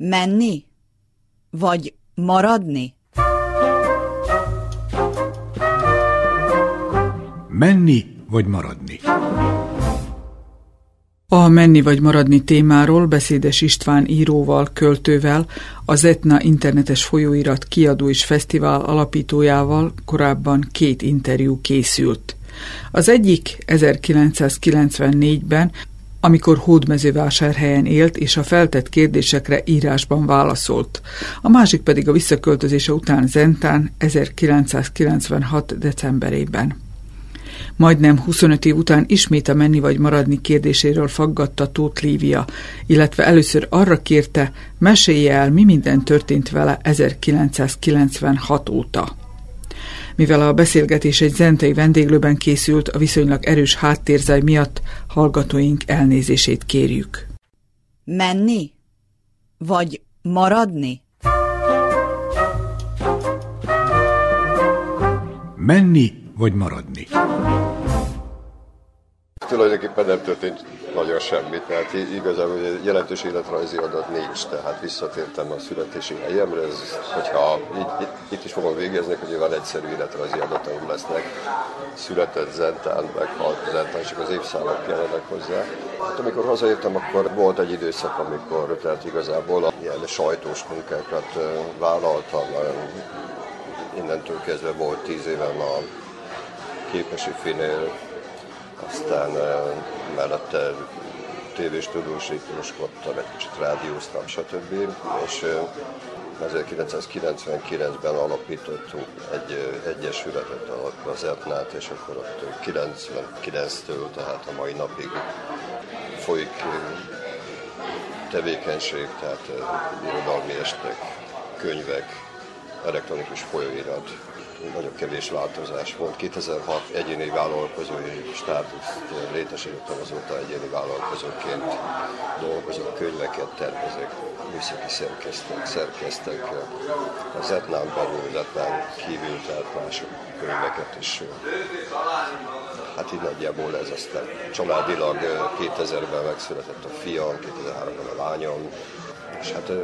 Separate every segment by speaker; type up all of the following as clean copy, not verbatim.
Speaker 1: Menni? Vagy maradni?
Speaker 2: Menni vagy maradni?
Speaker 3: A menni vagy maradni témáról Beszédes István íróval, költővel, az Etna internetes folyóirat kiadó és fesztivál alapítójával korábban 2 interjú készült. Az egyik 1994-ben, amikor Hódmezővásárhelyen élt, és a feltett kérdésekre írásban válaszolt. A másik pedig a visszaköltözése után Zentán 1996. decemberében. Majdnem 25 év után ismét a menni vagy maradni kérdéséről faggatta Tóth Lívia, illetve először arra kérte, mesélje el, mi minden történt vele 1996 óta. Mivel a beszélgetés egy zentai vendéglőben készült, a viszonylag erős háttérzaj miatt hallgatóink elnézését kérjük.
Speaker 1: Menni? Vagy maradni?
Speaker 2: Menni vagy maradni?
Speaker 4: Tulajdonképpen nem történt nagyon semmi, tehát igazából jelentős életrajzi adat nincs, tehát visszatértem a születési helyemre, ez, hogyha itt is fogom végezni, hogy nyilván egyszerű életrajzi adataim lesznek, született Zentán, meghalt Zentán, csak az évszámok kellenek hozzá. Hát, amikor hazajöttem, akkor volt egy időszak, amikor tehát igazából ilyen sajtós munkákat vállaltam, innentől kezdve volt 10 éven a Képesi Finél, aztán mellette tévés tudósításkodtam, egy kicsit rádióztam, stb. És 1999-ben alapítottunk egy egyesületet, az Etnát, és akkor ott 99-től, tehát a mai napig folyik tevékenység, tehát irodalmi estek, könyvek, elektronikus folyóirat. Nagyon kevés változás volt. 2006 egyéni vállalkozói státuszt létesítettem, azóta egyéni vállalkozóként dolgozok, könyveket tervezek, műszaki szerkesztek az Etnán belül, Etnán kívül, tehát mások könyveket is. Hát így nagyjából ez, aztán családilag 2000-ben megszületett a fiam, 2003-ban a lányom, és hát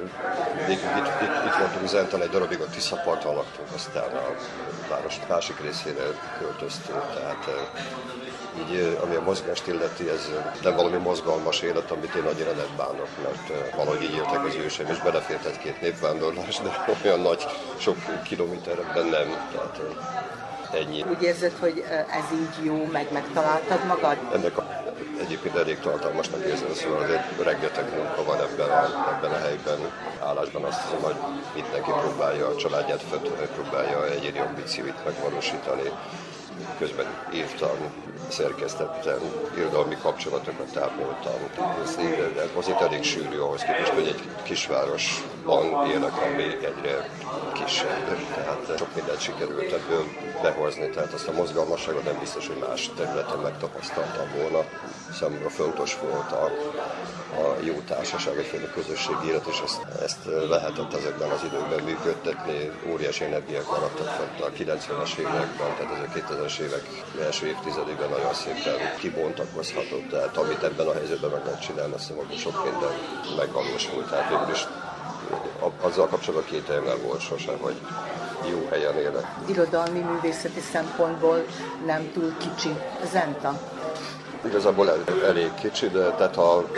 Speaker 4: itt voltunk Zentán, egy darabig a Tiszaparton laktunk, aztán a város másik részére költöztünk, tehát így, ami a mozgást illeti, ez nem valami mozgalmas élet, amit én annyira nem bánok, mert valahogy így éltek az őseim, és belefért egy-két népvándorlás, de olyan nagy, sok kilométerekben nem, tehát ennyi.
Speaker 5: Úgy érzed, hogy ez így jó, megtaláltad magad?
Speaker 4: Egyébként elég tartalmasnak érzem, szóval azért rengeteg munka van ebben a helyben, állásban. Azt hiszem, hogy mindenki próbálja a családját föntözni, próbálja egyéni ambícióit megvalósítani. Közben írtam, szerkesztettem, irodalmi kapcsolatokat ápoltam. Ez azért elég sűrű ahhoz képest, hogy egy kisvárosban élek, ami egyre kisebb. Tehát sok mindent sikerült ebből behozni, tehát azt a mozgalmasságot nem biztos, hogy más területen megtapasztaltam volna. Számomra fontos volt a jó társaság, egyfajta közösségi élet, és ezt lehetett ezekben az időkben működtetni. Óriási energiák maradtak fent a 90-es években, tehát ez a 2000-es évek első évtizedében nagyon szépen kibontakozhatott. Tehát amit ebben a helyzetben meg lehet csinálni, azt hiszem, hogy sok minden megvalósult. Tehát végül is azzal kapcsolatban kételjem nem volt sosem, hogy jó helyen élek.
Speaker 5: Irodalmi, művészeti szempontból nem túl kicsi Zenta?
Speaker 4: Igazából elég kicsi, de tehát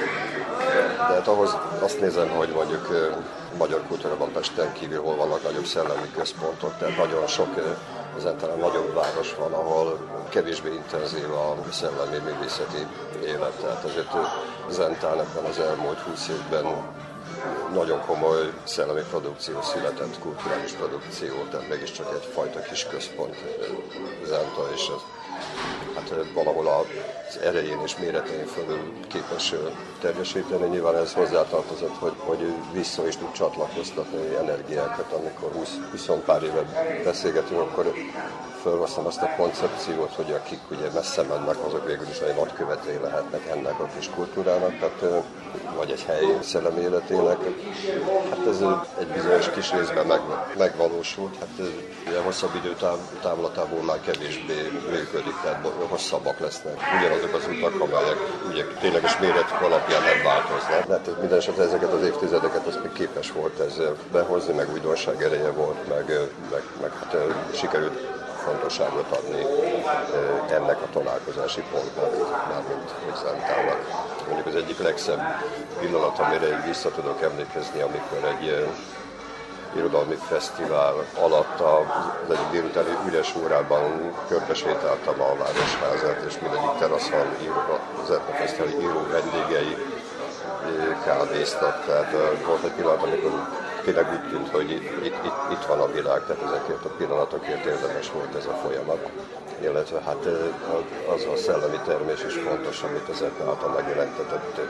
Speaker 4: ahhoz azt nézem, hogy mondjuk magyar kultúrában Pesten kívül hol vannak nagyobb szellemi központok, tehát nagyon sok Zentán nagyobb város van, ahol kevésbé intenzív a szellemi művészeti élet. Tehát azért Zentán ebben az elmúlt 20 évben nagyon komoly szellemi produkció született, kulturális produkció, tehát mégiscsak egyfajta kis központ Zenta, és hát valahol az erején és méretén fölül képes teljesíteni. Nyilván ez hozzátartozott, hogy vissza is tud csatlakoztatni energiákat. Amikor 20 pár éve beszélgetünk, akkor felhoztam azt a koncepciót, hogy akik ugye messze mennek, azok végül is egy nagykövetői lehetnek ennek a kis kultúrának, tehát vagy egy helyi szellemi életének, Hát ez egy bizonyos kis részben megvalósult, hát ugye hosszabb időtávlatából már kevésbé működik, tehát hosszabbak lesznek. Ugyanazok az utak, amelyek ugye tényleges méretük alapján nem változnak. Hát minden esetre ezeket az évtizedeket az még képes volt ez behozni, meg újdonság ereje volt, meg hát sikerült fontosságot adni ennek a találkozási pontnak, mármint Zentánnak. Mondjuk az egyik legszebb pillanat, amire vissza tudok emlékezni, amikor egy irodalmi fesztivál alatt az egyik délutáni üres órában körbesétáltam a Városházát, és mindegyik teraszon az etnofesztivál író vendégei kávéztak. Tehát volt egy pillanat, amikor tényleg úgy tűnt, hogy itt van a világ, tehát ezekért a pillanatokért érdemes volt ez a folyamat. Illetve hát az a szellemi termés is fontos, amit az Etna által megjelentetett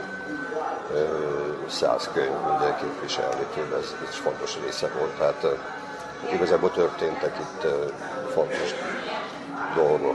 Speaker 4: 100 könyv ugye képviselni tud, ez is fontos része volt. Tehát igazából történtek itt fontos dolgok,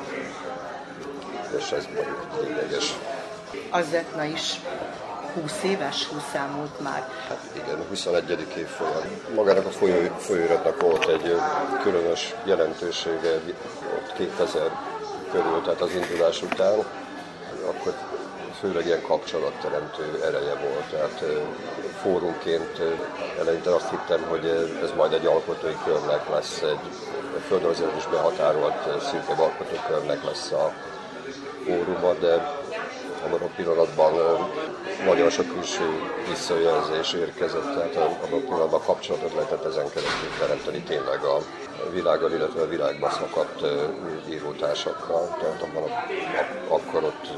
Speaker 4: és ez mondjuk lényeges.
Speaker 5: Az Etna is 20 éves, 20 elmúlt már.
Speaker 4: Hát igen, 21. évfolyam. Magának a folyóiratnak volt egy különös jelentősége, ott 2000 körül, tehát az indulás után, akkor főleg ilyen kapcsolatteremtő ereje volt. Tehát fórumként eleinte azt hittem, hogy ez majd egy alkotói körnek lesz, egy földrajzilag is behatárolt szűkebb alkotókörnek lesz a fóruma, de abban a pillanatban nagyon sok külső visszajelzés érkezett, tehát abban a pillanatban kapcsolatot lehetett ezen keresztül teremteni tényleg a világgal, illetve a világban szakadt írótársakkal. Tehát akkor ott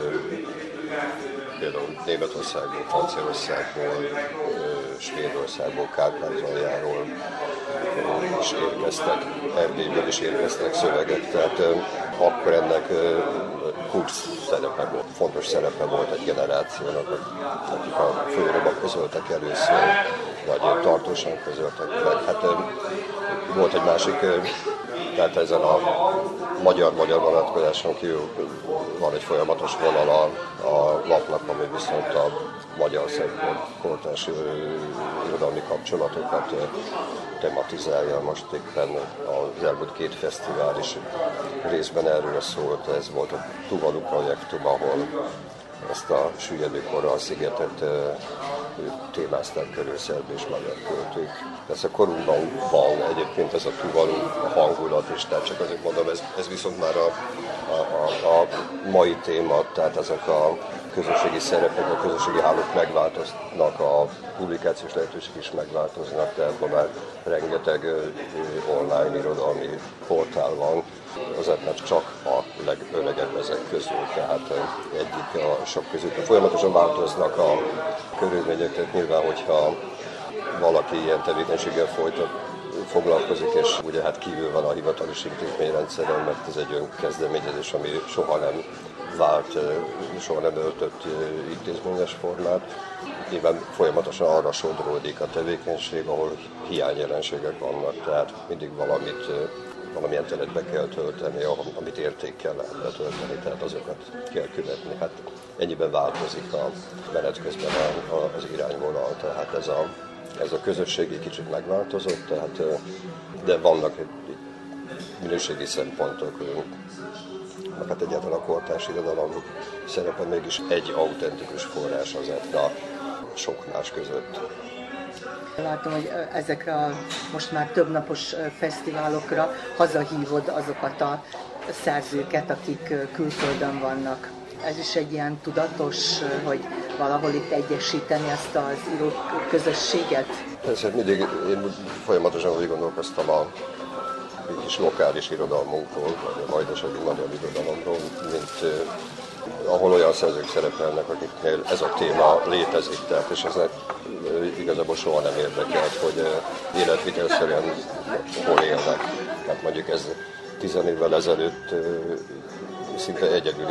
Speaker 4: például Németországból, Franciaországból, Svédországból, Kárpátaljáról is érkeztek, Erdélyből is érkeztek szövegek, tehát akkor ennek kulcs szerepe volt, fontos szerepe volt egy generációnak, akik a folyóiratban közöltek először, vagy tartósan közöltek meg. Hát volt egy másik, tehát ezen a magyar vonatkozáson kívül van egy folyamatos vonal a lapnak, ami viszont a magyar kortárs irodalmi kapcsolatokat tematizálja. Most éppen az elmúlt 2 fesztivál is részben erről szólt. Ez volt a Tuvalu projektum, ahol ezt a süllyedő korallszigetet témázták körül szerb és magyar költők. Ez a korunkban van egyébként ez a Tuvalu hangulat is, tehát csak azért mondom, ez viszont már a mai téma, tehát ezek a közösségi szerepek, a közösségi hálók megváltoznak, a publikációs lehetőség is megváltoznak, tehát ma már rengeteg online irodalmi portál van. Az Etna csak a legöregebb ezek közül, tehát egyik a sok közül. Folyamatosan változnak a körülmények, tehát nyilván, hogyha valaki ilyen tevékenységgel foglalkozik, és ugye hát kívül van a hivatalos intézményrendszeren, mert ez egy önkezdeményezés, ami soha nem vált, soha nem öltött intézményes formát. Nyilván folyamatosan arra sodródik a tevékenység, ahol hiányjelenségek vannak, tehát mindig valamilyen teret be kell tölteni, amit értékkel lehet betölteni, tehát azokat kell követni. Hát ennyiben változik a menet közben az irányvonal, tehát ez a közösség egy kicsit megváltozott, tehát, de vannak minőségi szempontok, hát egyáltalán a kortárs irodalom szerepe mégis egy autentikus forrás az Etna sok más között.
Speaker 5: Látom, hogy ezekre a most már többnapos fesztiválokra hazahívod azokat a szerzőket, akik külföldön vannak. Ez is egy ilyen tudatos, hogy valahol itt egyesíteni ezt az írók közösséget?
Speaker 4: Persze, mindig én folyamatosan úgy gondolkoztam a kis lokális irodalmunkról, vagy a vajdasági magyar irodalomról, mint ahol olyan szerzők szerepelnek, akiknél ez a téma létezik, tehát, és ezek igazából soha nem érdekelt, hogy életvitelszerűen hol élnek. Tehát mondjuk ez 10 évvel ezelőtt szinte egyedül is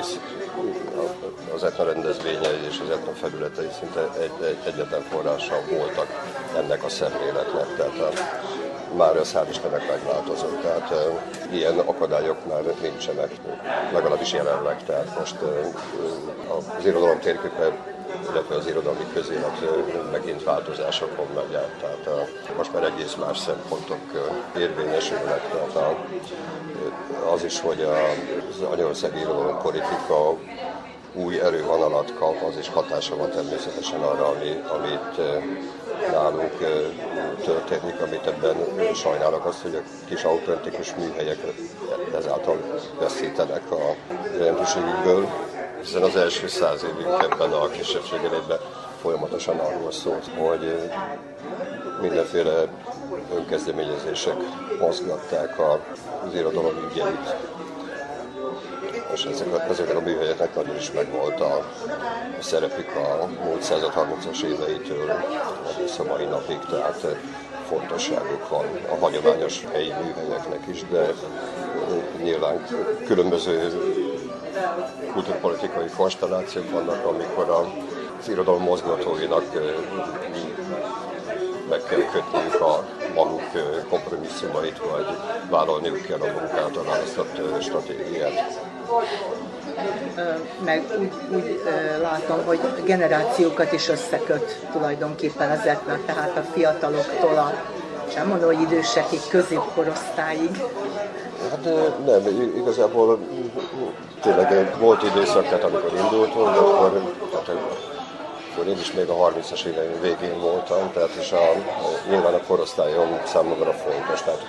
Speaker 4: az Etna rendezvényei és az Etna felületei szinte egyetlen forrással voltak ennek a szemléletnek. Tehát már az hál' Istennek megváltozott, tehát ilyen akadályok már nincsenek, legalábbis jelenleg. Tehát most az irodalom térképe illetve az irodalmi közélet megint változásokon megy át. Tehát most már egész más szempontok érvényesülnek. Tehát az is, hogy az anyországi irodalompolitika új erővonalat kap, az is hatása van természetesen arra, amit nálunk történik, amit ebben sajnálok azt, hogy a kis autentikus műhelyek ezáltal veszítenek a jelentőségükből, hiszen az első 100 évünk ebben a kisebbségéletben folyamatosan arról szólt, hogy mindenféle önkezdeményezések mozgatták az irodalom ügyeit. És ezeknek a műhelyeknek nagyon is megvolt a szerepük a múlt 130-as éveitől egész a mai napig, tehát fontosságuk van a hagyományos helyi műhelyeknek is, de nyilván különböző kultúrpolitikai konstellációk vannak, amikor az irodalom mozgatóinak meg kell kötniük a maguk kompromisszumait, vagy vállalniuk kell a maguk által választott stratégiát.
Speaker 5: Meg úgy látom, hogy generációkat is összeköt tulajdonképpen ezeknek, tehát a fiataloktól sem mondom, hogy idősekig, középkorosztályig.
Speaker 4: Hát nem, igazából tényleg volt időszak, tehát amikor indultunk, de akkor én is még a 30-as éveim végén voltam, tehát és nyilván a korosztályom számomra fontos, tehát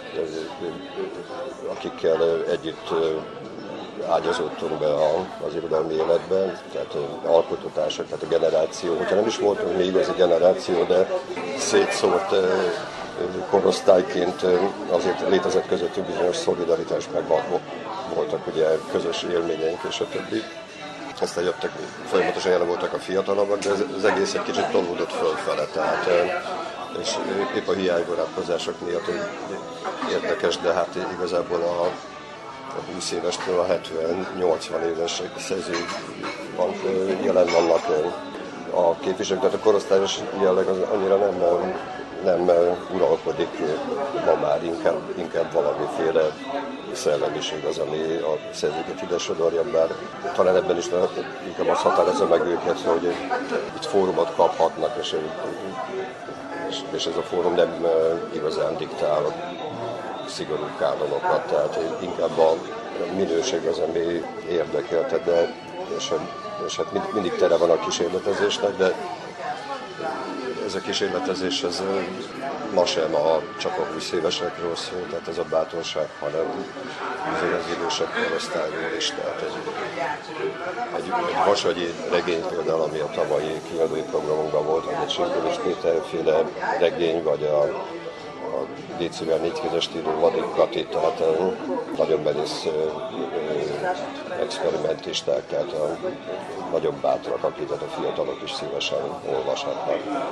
Speaker 4: akikkel együtt ágyazódtunk be az irodalmi életben, tehát alkotótársak, tehát a generáció, hogyha nem is voltunk még igazi generáció, de szétszórt korosztályként azért létezett közöttünk bizonyos szolidaritás, meg voltak ugye közös élményeink és a többi. Aztán jöttek, folyamatosan jelen voltak a fiatalabbak, de ez egész egy kicsit tolódott fölfele, tehát és épp a hiányvonatkozások miatt érdekes, de hát igazából a 20 évestől a 70-80 éves szerzőkban jelen vannak a képviselők, tehát a korosztályos jelleg az annyira nem uralkodik, ma már inkább valamiféle szellemiség az, ami a szerzőket ide sodorja, bár talán ebben is inkább az határozza meg őket, hogy itt fórumot kaphatnak, és ez a fórum nem igazán diktál szigorú kánonokat, tehát inkább a minőség az, ami érdekelte, de és hát mindig tere van a kísérletezésnek, de ez a kísérletezés ez ma sem csak a 20 évesekről szól, tehát ez a bátorság, hanem az idősebb korosztályról is. Tehát egy vasagyi regény például, ami a tavalyi kiadói programunkban volt, vagy egy Sinkovics Péterféle regény, vagy a Décivel 4 stílú Vadik Kati, tehát nagyobb merész experimentisták, tehát nagyobb bátrak, akiket a fiatalok is szívesen olvashatnak.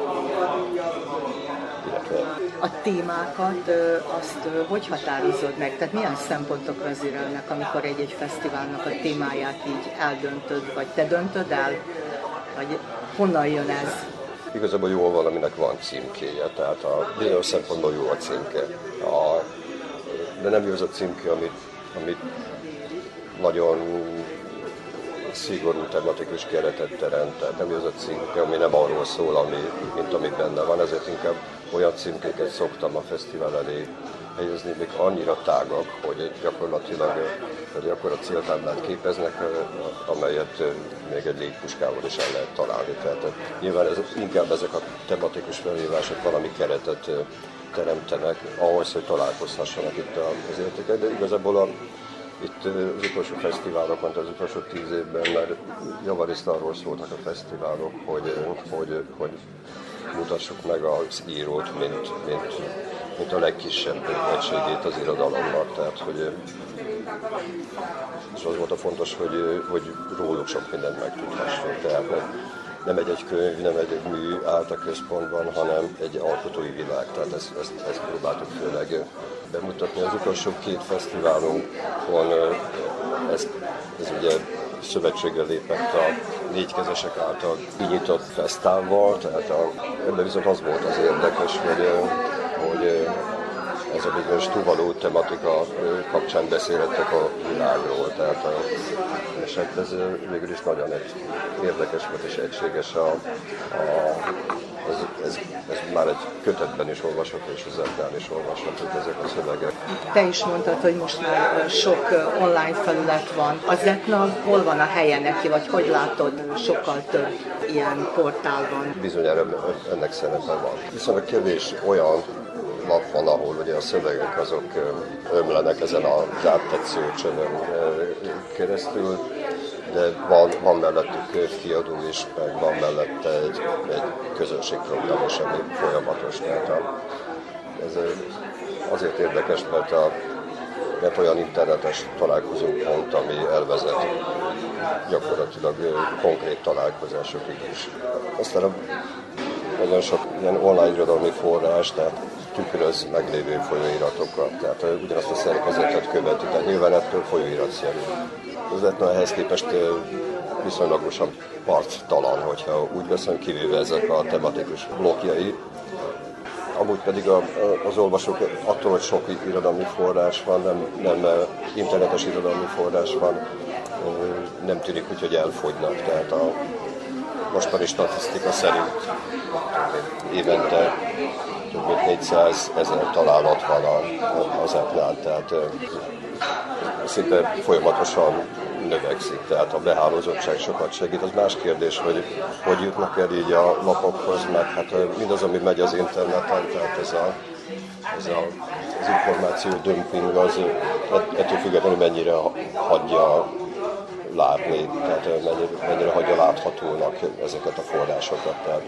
Speaker 5: A témákat azt hogy határozod meg? Tehát milyen szempontok vezérelnek, amikor egy fesztiválnak a témáját így eldöntöd, vagy te döntöd el? Vagy honnan jön ez?
Speaker 4: Igazából jó valaminek van címkéje, tehát a bizonyos szempontból jó a címke. De nem jó az a címke, amit nagyon szigorú tematikus keretet teremt, tehát nem jó az a címke, ami nem arról szól, mint ami benne van, ezért inkább olyan címkéket szoktam a fesztivál elé helyezni, még annyira tágak, hogy gyakorlatilag akkora céltáblát képeznek, amelyet még egy légpuskával is el lehet találni. Tehát nyilván inkább ezek a tematikus felhívások valami keretet teremtenek ahhoz, hogy találkozhassanak itt az értékek, de igazából itt az utolsó fesztiválokon, az utolsó 10 évben már javarészt arról szóltak a fesztiválok, hogy mutassuk meg az írót, mint a legkisebb egységét az irodalomnak. Tehát, és az volt a fontos, hogy róluk sok mindent megtudhassunk. Tehát nem egy könyv, nem egy mű állt a központban, hanem egy alkotói világ. Tehát ezt próbáltuk főleg bemutatni. Az utolsó 2 fesztiválunkon ez ugye szövetségre lépett a négykezesek által kinyitott fesztívával, tehát ebben viszont az volt az érdekes, hogy ez a bizonyos Tuvalu tematika kapcsán beszélhettek a világról. Tehát és hát ez végül is nagyon érdekes volt és egységes. Ez már egy kötetben is olvasható, és az Zentán is olvasható, ezek a szövegek.
Speaker 5: Te is mondtad, hogy most már sok online felület van. A Zetna hol van a helye neki, vagy hogy látod, sokkal több ilyen portál van?
Speaker 4: Bizonyára ennek szerepe van. Viszont kevés olyan lap van, ahol ugye a szövegek azok ömlenek ezen az áttetsző csövön keresztül, de van mellettük kiadó is, meg van mellette egy közönségprogram is, ami folyamatos. Tehát ez azért érdekes, mert olyan internetes találkozópont, ami elvezet gyakorlatilag konkrét találkozásokig is. Aztán nagyon sok ilyen online irodalmi forrás, tehát tükröz meglévő folyóiratokat, tehát ugyanazt a szerkezetet követi, tehát nyilván ettől folyóiratszerű. Az ehhez képest viszonylagosan parttalan, hogyha úgy veszem, kivéve ezek a tematikus blokkjai. Amúgy pedig az olvasók attól, hogy sok irodalmi forrás van, nem internetes irodalmi forrás van, nem tűnik úgy, hogy elfogynak. Tehát a mostani statisztika szerint évente több mint 400 000 találat van az Etnán, tehát szinte folyamatosan növekszik, tehát a behálózottság sokat segít. Az más kérdés, hogy jutnak el így a lapokhoz, meg hát mindaz, ami megy az interneten, tehát ez az információ dömping, az ettől függetlenül mennyire hagyja látni, tehát mennyire hagyja láthatónak ezeket a forrásokat. Tehát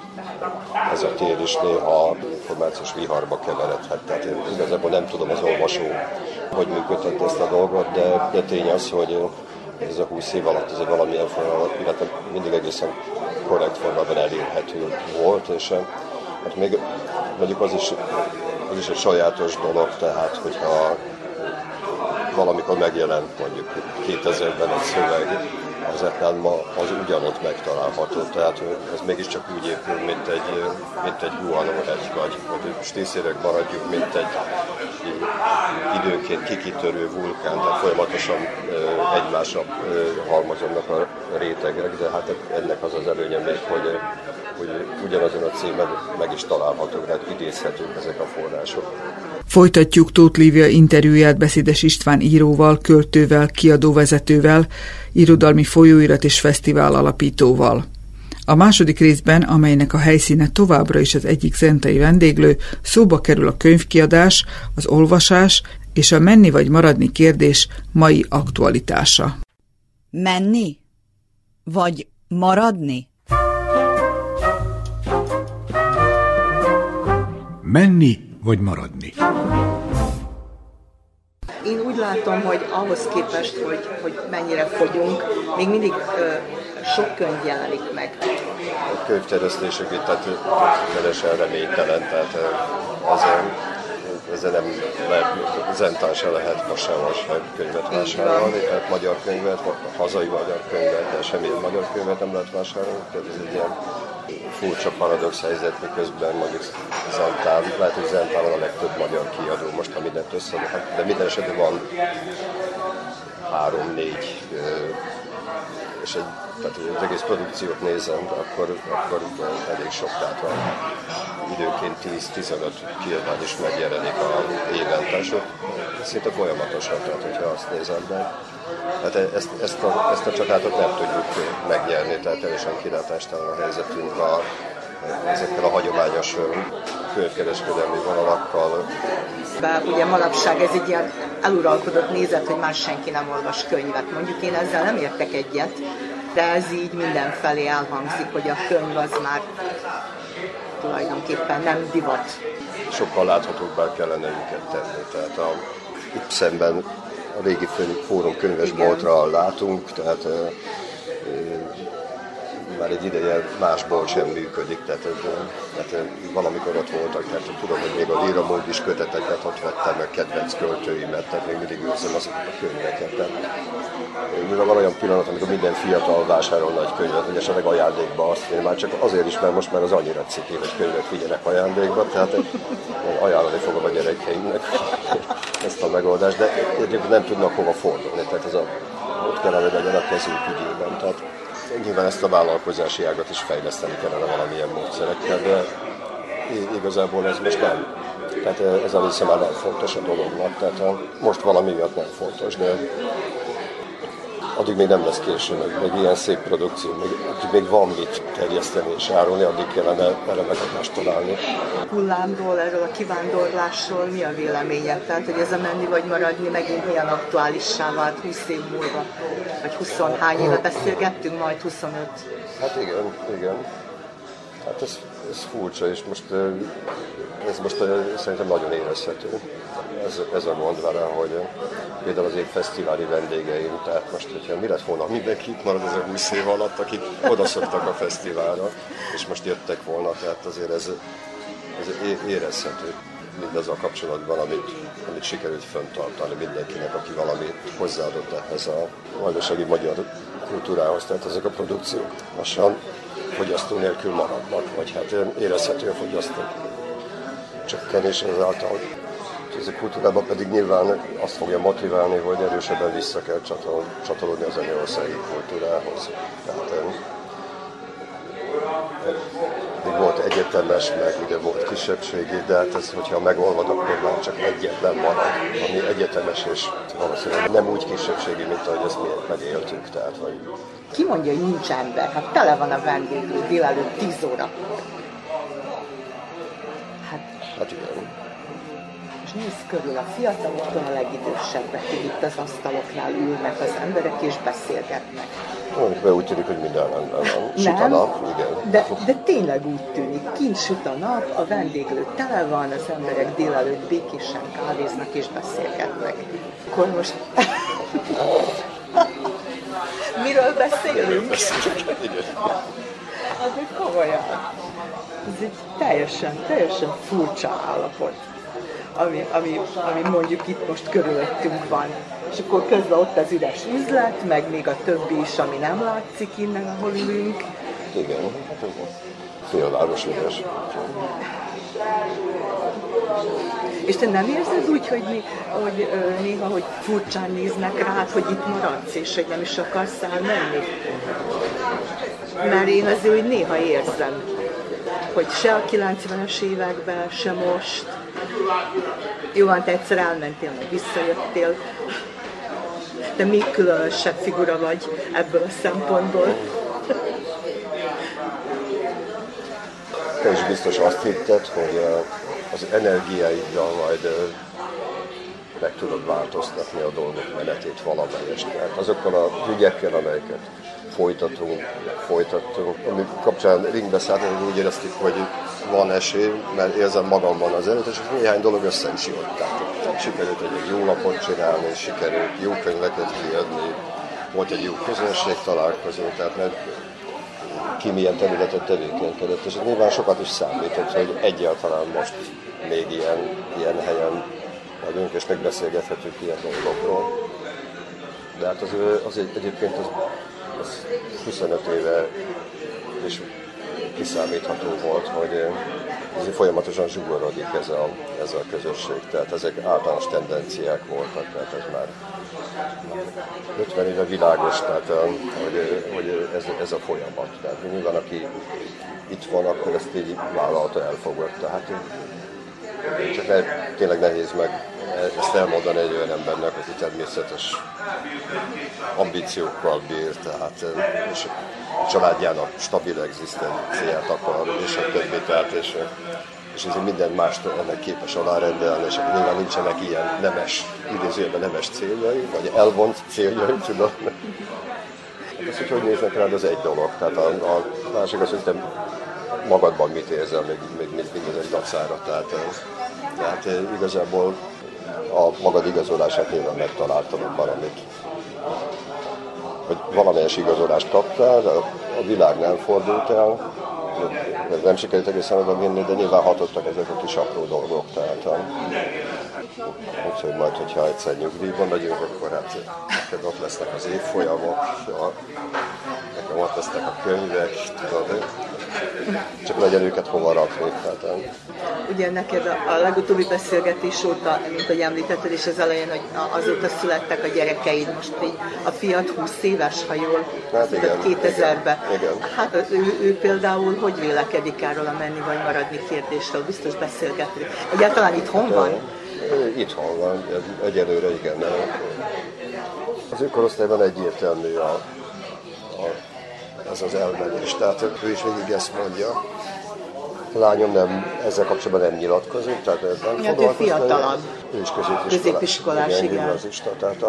Speaker 4: ez a tér is néha információs viharba keveredhet. Tehát én igazából nem tudom az olvasó, hogy működtette ezt a dolgot, de tény az, hogy ez a 20 év alatt azért valamilyen formában, illetve mindig egészen korrekt formában elérhető volt, és hát még mondjuk az is egy sajátos dolog, tehát hogyha valamikor megjelent mondjuk 2000-ben egy szöveg, az Etnán ma az ugyanott megtalálható, tehát ez mégiscsak úgy épül, mint egy guanóhegy, vagy stíszérek maradjuk, mint egy időnként kikitörő vulkán, tehát folyamatosan egymásra halmozódnak a rétegek, de hát ennek az az előnye még, hogy ugyanazon a címen meg is találhatók, tehát idézhetők ezek a források.
Speaker 3: Folytatjuk Tóth Lívia interjúját Beszédes István íróval, költővel, kiadóvezetővel, irodalmi folyóirat és fesztivál alapítóval. A második részben, amelynek a helyszíne továbbra is az egyik zentai vendéglő, szóba kerül a könyvkiadás, az olvasás és a menni vagy maradni kérdés mai aktualitása.
Speaker 1: Menni? Vagy maradni?
Speaker 2: Menni vagy maradni?
Speaker 5: Én úgy látom, hogy ahhoz képest, hogy mennyire fogyunk, még mindig sok könyv jelenik meg.
Speaker 4: A könyvterjesztések itt tehát teljesen reménytelen, tehát ezzel nem lehet, Zentán se lehet most sem könyvet vásárolni, tehát magyar könyvet, hazai magyar könyvet, de semmilyen magyar könyvet nem lehet vásárolni, tehát ez egy ilyen furcsa paradox helyzet, miközben mondjuk Zentán, lehet, hogy Zentán van a legtöbb magyar kiadó most, ha mindent összeadok, de minden esetben van 3-4, és tehát az egész produkciót nézem, akkor elég sok, tehát van időnként 10-15 kiadvány is megjelenik évente, sok szinte folyamatosan, tehát hogyha azt nézem, de hát ezt a csatátot nem tudjuk megnyerni, tehát teljesen kilátástalan a helyzetünk ezekkel a hagyományos könyvkereskedelmi vonalakkal.
Speaker 5: Bár ugye manapság ez egy ilyen eluralkodott nézet, hogy már senki nem olvas könyvet. Mondjuk én ezzel nem értek egyet, de ez így mindenfelé elhangzik, hogy a könyv az már tulajdonképpen nem divat.
Speaker 4: Sokkal láthatóbbá kellene őket tenni, tehát itt szemben a régi Fórum könyvesboltra látunk, tehát már egy ideje másból sem működik, tehát valamikor ott voltak, tehát tudom, hogy még a Lira Módis köteteket ott vettem, meg kedvenc költőimet, tehát még mindig őrzöm azokat a könyveket. Mivel van olyan pillanat, amikor minden fiatal vásárol nagy könyvet, hogy esetleg ajándékba azt mondja, már csak azért is, mert most már az annyira ciki, hogy könyvet vigyenek ajándékba, tehát ajánlani fogom a gyerekeimnek ezt a megoldást, de egyébként nem tudnak hova fordulni, tehát ott kellene legyen a kezünk ügyében. Tehát nyilván ezt a vállalkozási ágat is fejleszteni kellene valamilyen módszerekkel, de igazából ez most nem. Tehát ez a része már nem fontos a dolognak, tehát most valami miatt nem fontos, de addig még nem lesz késő, meg ilyen szép produkció, még van mit terjeszteni és árulni, addig kellene erre megoldást találni.
Speaker 5: Hullámról, erről a kivándorlásról mi a véleményed? Tehát, hogy ez a menni vagy maradni megint milyen aktuálissá vált 20 év múlva, vagy 20 hány éve beszélgettünk, majd 25.
Speaker 4: Hát igen. Hát ez furcsa, és ez most szerintem nagyon érezhető. Ez a gond vele, hogy például az én fesztiváli vendégeim, tehát most, hogyha mi lett volna, mindenki itt marad ez a 20 év alatt, akik odaszoktak a fesztiválra, és most jöttek volna, tehát azért ez érezhető mindazzal kapcsolatban, amit sikerült fenntartani mindenkinek, aki valami hozzáadott ehhez a vajdasági magyar kultúrához, tehát ezek a produkciók lassan fogyasztó nélkül maradnak, vagy hát érezhető a fogyasztó csökkenés ezáltal. Ez a kultúrában pedig nyilván azt fogja motiválni, hogy erősebben vissza kell csatolódni az anyországi kultúrához. Tehát volt egyetemes, meg ugye volt kisebbségi, de hát ez, hogyha megolvad, akkor már csak egyetlen marad, ami egyetemes, és valószínűleg nem úgy kisebbségi, mint ahogy ezt mi megéltük. Tehát, vagy...
Speaker 5: Ki mondja, hogy nincs ember? Hát tele van a vendéglő, délelőtt 10 óra.
Speaker 4: Hát igen.
Speaker 5: És nézd körül, a fiataloktól a legidősebbekig itt az asztaloknál ülnek az emberek és beszélgetnek.
Speaker 4: Úgy tűnik, hogy minden rendben van. Süt a nap, igen.
Speaker 5: De tényleg úgy tűnik. Kint süt a nap, a vendéglő tele van, az emberek délelőtt békésen kávéznak és beszélgetnek. Akkor most... Miről beszélünk?
Speaker 4: Igen.
Speaker 5: Azért komolyan. Ez egy teljesen furcsa állapot, ami mondjuk itt most körülöttünk van. És akkor közben ott az üres üzlet, meg még a többi is, ami nem látszik innen, ahol ülünk.
Speaker 4: Igen, félváros üres.
Speaker 5: És te nem érzed úgy, hogy néha, hogy furcsán néznek rád, hogy itt maradsz, és hogy nem is akarsz elmenni? Mert én azért úgy néha érzem, hogy se a 90-es években, se most. Jó, van, te egyszer elmentél, meg visszajöttél. De még különösebb figura vagy ebből a szempontból.
Speaker 4: Te is biztos azt hitted, hogy az energiáiddal majd meg tudod változtatni a dolgok menetét valamelyest. Tehát azokkal a ügyekkel, amelyeket folytattunk, amik kapcsán ringbe szálltunk, úgy éreztük, hogy van esély, mert érzem magamban az előtt, és néhány dolog össze is jött. Tehát sikerült egy jó lapot csinálni, sikerült jó könyveket kiadni, volt egy jó közönség találkozó, tehát mert ki milyen területen tevékenykedett, és nyilván sokat is számított, hogy egyáltalán most még ilyen helyen vagyunk, és megbeszélgethetünk ilyen dolgokról. De hát az egyébként az 25 éve és kiszámítható volt, hogy ez folyamatosan zsugorodik ez a közösség, tehát ezek általános tendenciák voltak, tehát ez már 50 éve világos, tehát, hogy ez a folyamat. Tehát nyilván, aki itt van, akkor ezt így vállalta, elfogadta. Hát csak tényleg nehéz meg ezt elmondani egy olyan embernek, aki természetes ambíciókkal bír, tehát és a családjának stabil egzisztenciát akar, és a többi, tehát, és ezért minden mást ennek képes alárendelni, és nyilván nincsenek ilyen idézőjelben nemes céljai, vagy elvont céljai, tudod. Az, hogy néznek rád, az egy dolog. Tehát a másik az, hogy te magadban mit érzel, még mindezen dacára. Tehát igazából a magad igazolását nyilván megtaláltam valamit. hogy valamelyes igazolást kaptál, de a világ nem fordult el, nem sikerült egészen oda vinni, de nyilván hatottak ezek a kis apró dolgok. Tehát, úgyhogy majd, hogyha egyszer nyugdíjban megyünk, akkor hát neked ott lesznek az évfolyamok, nekem ott lesznek a könyvek, tudod, csak legyen őket hova rakni. Tehát,
Speaker 5: ugye neked a legutóbbi beszélgetés óta, mint hogy említetted, és az elején, hogy azóta születtek a gyerekeid, most így a fiad 20 éves, ha jól
Speaker 4: hát igen,
Speaker 5: 2000-ben.
Speaker 4: Igen.
Speaker 5: Hát ő például hogy vélekedik erről a menni vagy maradni kérdésről? Biztos beszélgetni. Egyáltalán itthon van?
Speaker 4: Itthon van, egyelőre igen. Az ő korosztályban egyértelmű ez az elmenés, tehát ő is végig ezt mondja. A lányom ezzel kapcsolatban nem nyilatkozik, tehát nem
Speaker 5: foglalkozik. Ő fiatalabb.
Speaker 4: Ő is
Speaker 5: középiskolás, igen.
Speaker 4: Tehát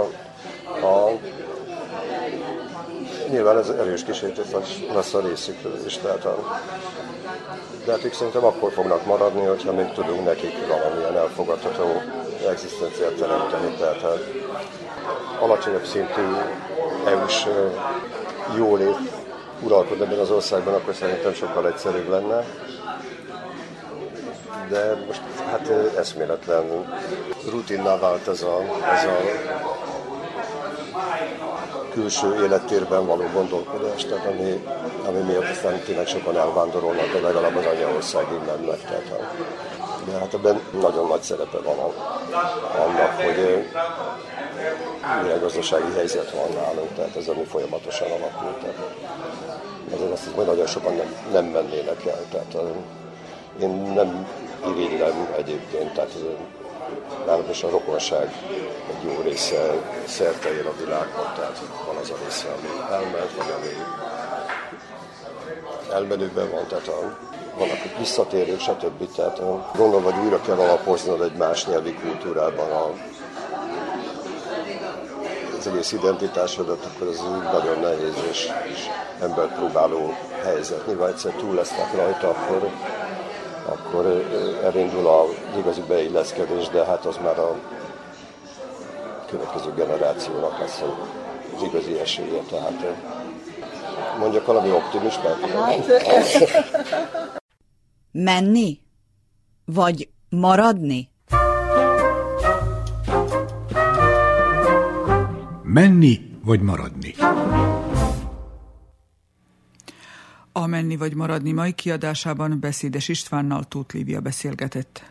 Speaker 4: nyilván ez erős kísértés lesz a részükről is, de hát ők szerintem akkor fognak maradni, hogyha még tudunk nekik valamilyen elfogadható egzisztenciát teremteni, tehát alacsonyabb szintű EU-s jólét uralkodna ebben az országban, akkor szerintem sokkal egyszerűbb lenne. De most hát eszméletlen rutinná vált ez a külső élettérben való gondolkodás, tehát ami miatt aztán tényleg sokan elvándorolnak, de legalább az anyaországig mennek. De hát ebben nagyon nagy szerepe van annak, hogy milyen gazdasági helyzet van nálunk, tehát ez ami folyamatosan alakul. Azért azt hiszem, hogy nagyon sokan nem mennének el. Tehát én nem irigylem egyébként, tehát nálam is a rokonság egy jó része szerte él a világban, tehát van az a része, ami elment, vagy ami elmenőben van, tehát vannak visszatérők, stb. Tehát gondolom, hogy újra kell alapoznod egy más nyelvi kultúrában az egész identitásodat, akkor ez nagyon nehéz és embert próbáló helyzet. Nyilván egyszer túl lesznek rajta, akkor elindul az igazi beilleszkedés, de hát az már a következő generációnak lesz az igazi esélye. Tehát mondjak valami optimistát?
Speaker 1: Menni? Vagy maradni?
Speaker 2: Menni vagy maradni?
Speaker 3: A Menni vagy maradni mai kiadásában Beszédes Istvánnal Tóth Lívia beszélgetett.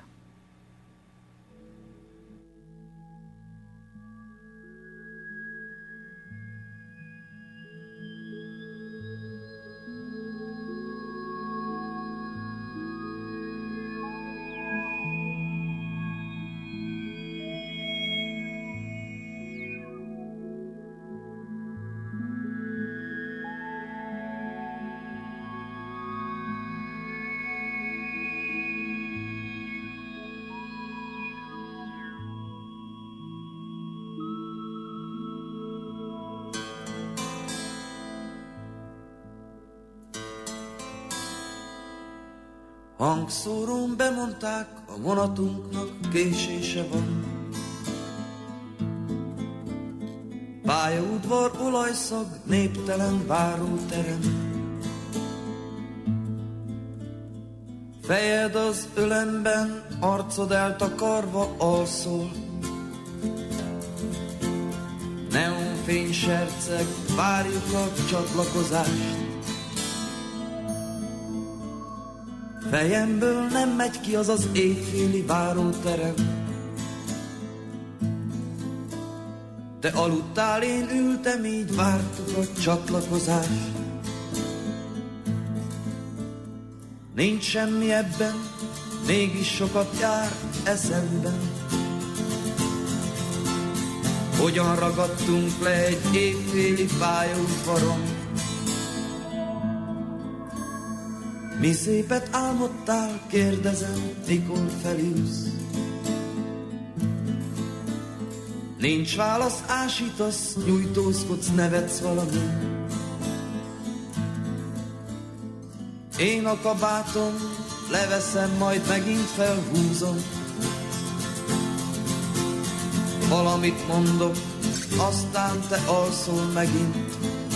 Speaker 6: Hangszórón bemondták, a vonatunknak késése van. Pályaudvar, olajszag, néptelen váróterem. Fejed az ölemben, arcod eltakarva alszol. Neonfény serceg, várjuk a csatlakozást. Fejemből nem megy ki az az éjféli váróterem. Te aludtál, én ültem, így vártuk a csatlakozást. Nincs semmi ebben, mégis sokat jár eszemben. Hogyan ragadtunk le egy éjféli pályaudvaron. Mi szépet álmodtál, kérdezem, mikor felülsz. Nincs válasz, ásítasz, nyújtózkodsz, nevetsz valami. Én a kabátom leveszem, majd megint felhúzom. Valamit mondok, aztán te alszol megint.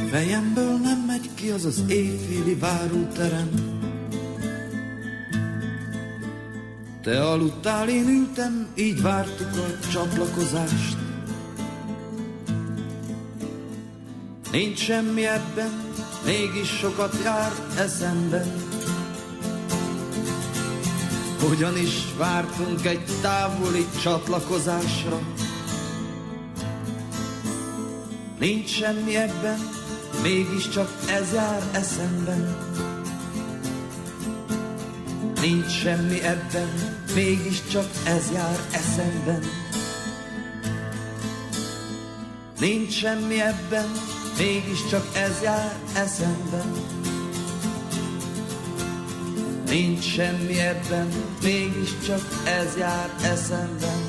Speaker 6: Fejemből nem megy ki az az éjféli váróterem. Te aludtál, én ültem, így vártuk a csatlakozást. Nincs semmi ebben, mégis sokat jár eszemben. Hogyan is vártunk egy távoli csatlakozásra. Nincs semmi ebben, mégiscsak ez jár eszemben. Nincs semmi ebben, mégiscsak ez jár eszemben. Nincs semmi ebben, mégiscsak ez jár eszemben. Nincs semmi ebben, mégiscsak ez jár eszemben.